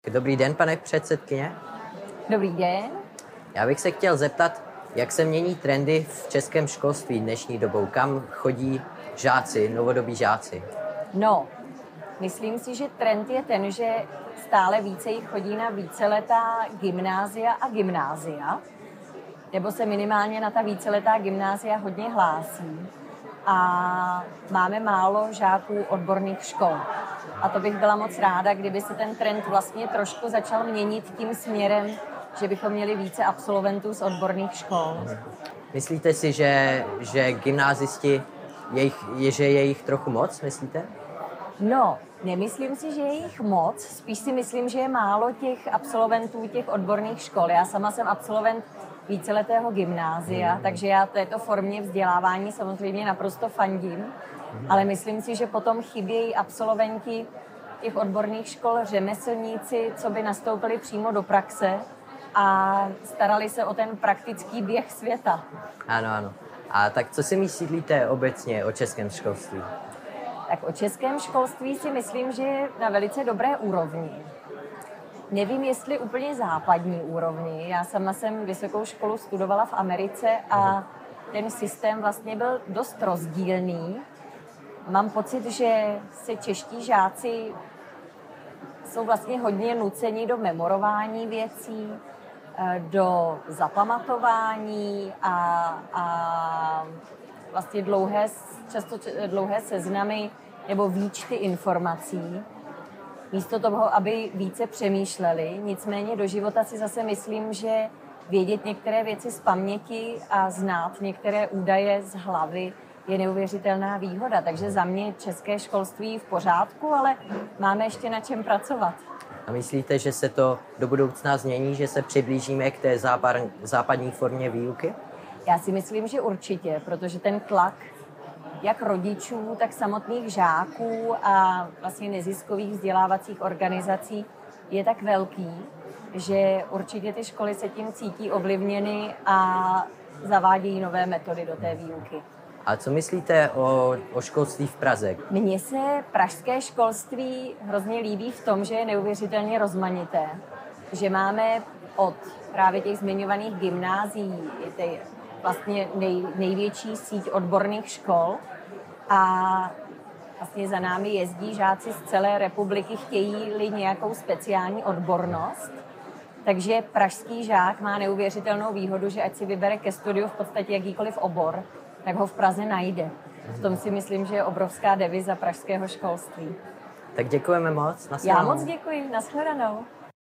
Dobrý den, pane předsedkyně. Dobrý den. Já bych se chtěl zeptat, jak se mění trendy v českém školství dnešní dobou? Kam chodí žáci, novodobí žáci? No, myslím si, že trend je ten, že stále více jich chodí na víceletá gymnázia, nebo se minimálně na ta víceletá gymnázia hodně hlásí. A máme málo žáků odborných škol. A to bych byla moc ráda, kdyby se ten trend vlastně trošku začal měnit tím směrem, že bychom měli více absolventů z odborných škol. Myslíte si, že gymnázisti, že je jich trochu moc, myslíte? No, nemyslím si, že je jich moc, spíš si myslím, že je málo těch absolventů těch odborných škol. Já sama jsem absolvent víceletého gymnázia, takže já této formě vzdělávání samozřejmě naprosto fandím, ale myslím si, že potom chybějí absolventi těch odborných škol, řemeslníci, co by nastoupili přímo do praxe a starali se o ten praktický běh světa. Ano. A tak co si myslíte obecně o českém školství? Tak o českém školství si myslím, že je na velice dobré úrovni. Nevím, jestli úplně západní úrovni. Já sama jsem vysokou školu studovala v Americe a ten systém vlastně byl dost rozdílný. Mám pocit, že se čeští žáci jsou vlastně hodně nuceni do memorování věcí, do zapamatování a vlastně často dlouhé seznamy nebo výčty informací, místo toho, aby více přemýšleli. Nicméně do života si zase myslím, že vědět některé věci z paměti a znát některé údaje z hlavy je neuvěřitelná výhoda. Takže za mě české školství v pořádku, ale máme ještě na čem pracovat. A myslíte, že se to do budoucna změní, že se přiblížíme k té západní formě výuky? Já si myslím, že určitě, protože ten tlak jak rodičů, tak samotných žáků a vlastně neziskových vzdělávacích organizací je tak velký, že určitě ty školy se tím cítí ovlivněny a zavádějí nové metody do té výuky. A co myslíte o školství v Praze? Mně se pražské školství hrozně líbí v tom, že je neuvěřitelně rozmanité. Že máme od právě těch zmiňovaných gymnázií, vlastně největší síť odborných škol a vlastně za námi jezdí žáci z celé republiky, chtějí-li nějakou speciální odbornost. Takže pražský žák má neuvěřitelnou výhodu, že ať si vybere ke studiu v podstatě jakýkoliv obor, tak ho v Praze najde. V tom si myslím, že je obrovská deviza pražského školství. Tak děkujeme moc. Nashledanou. Já moc děkuji. Nashledanou.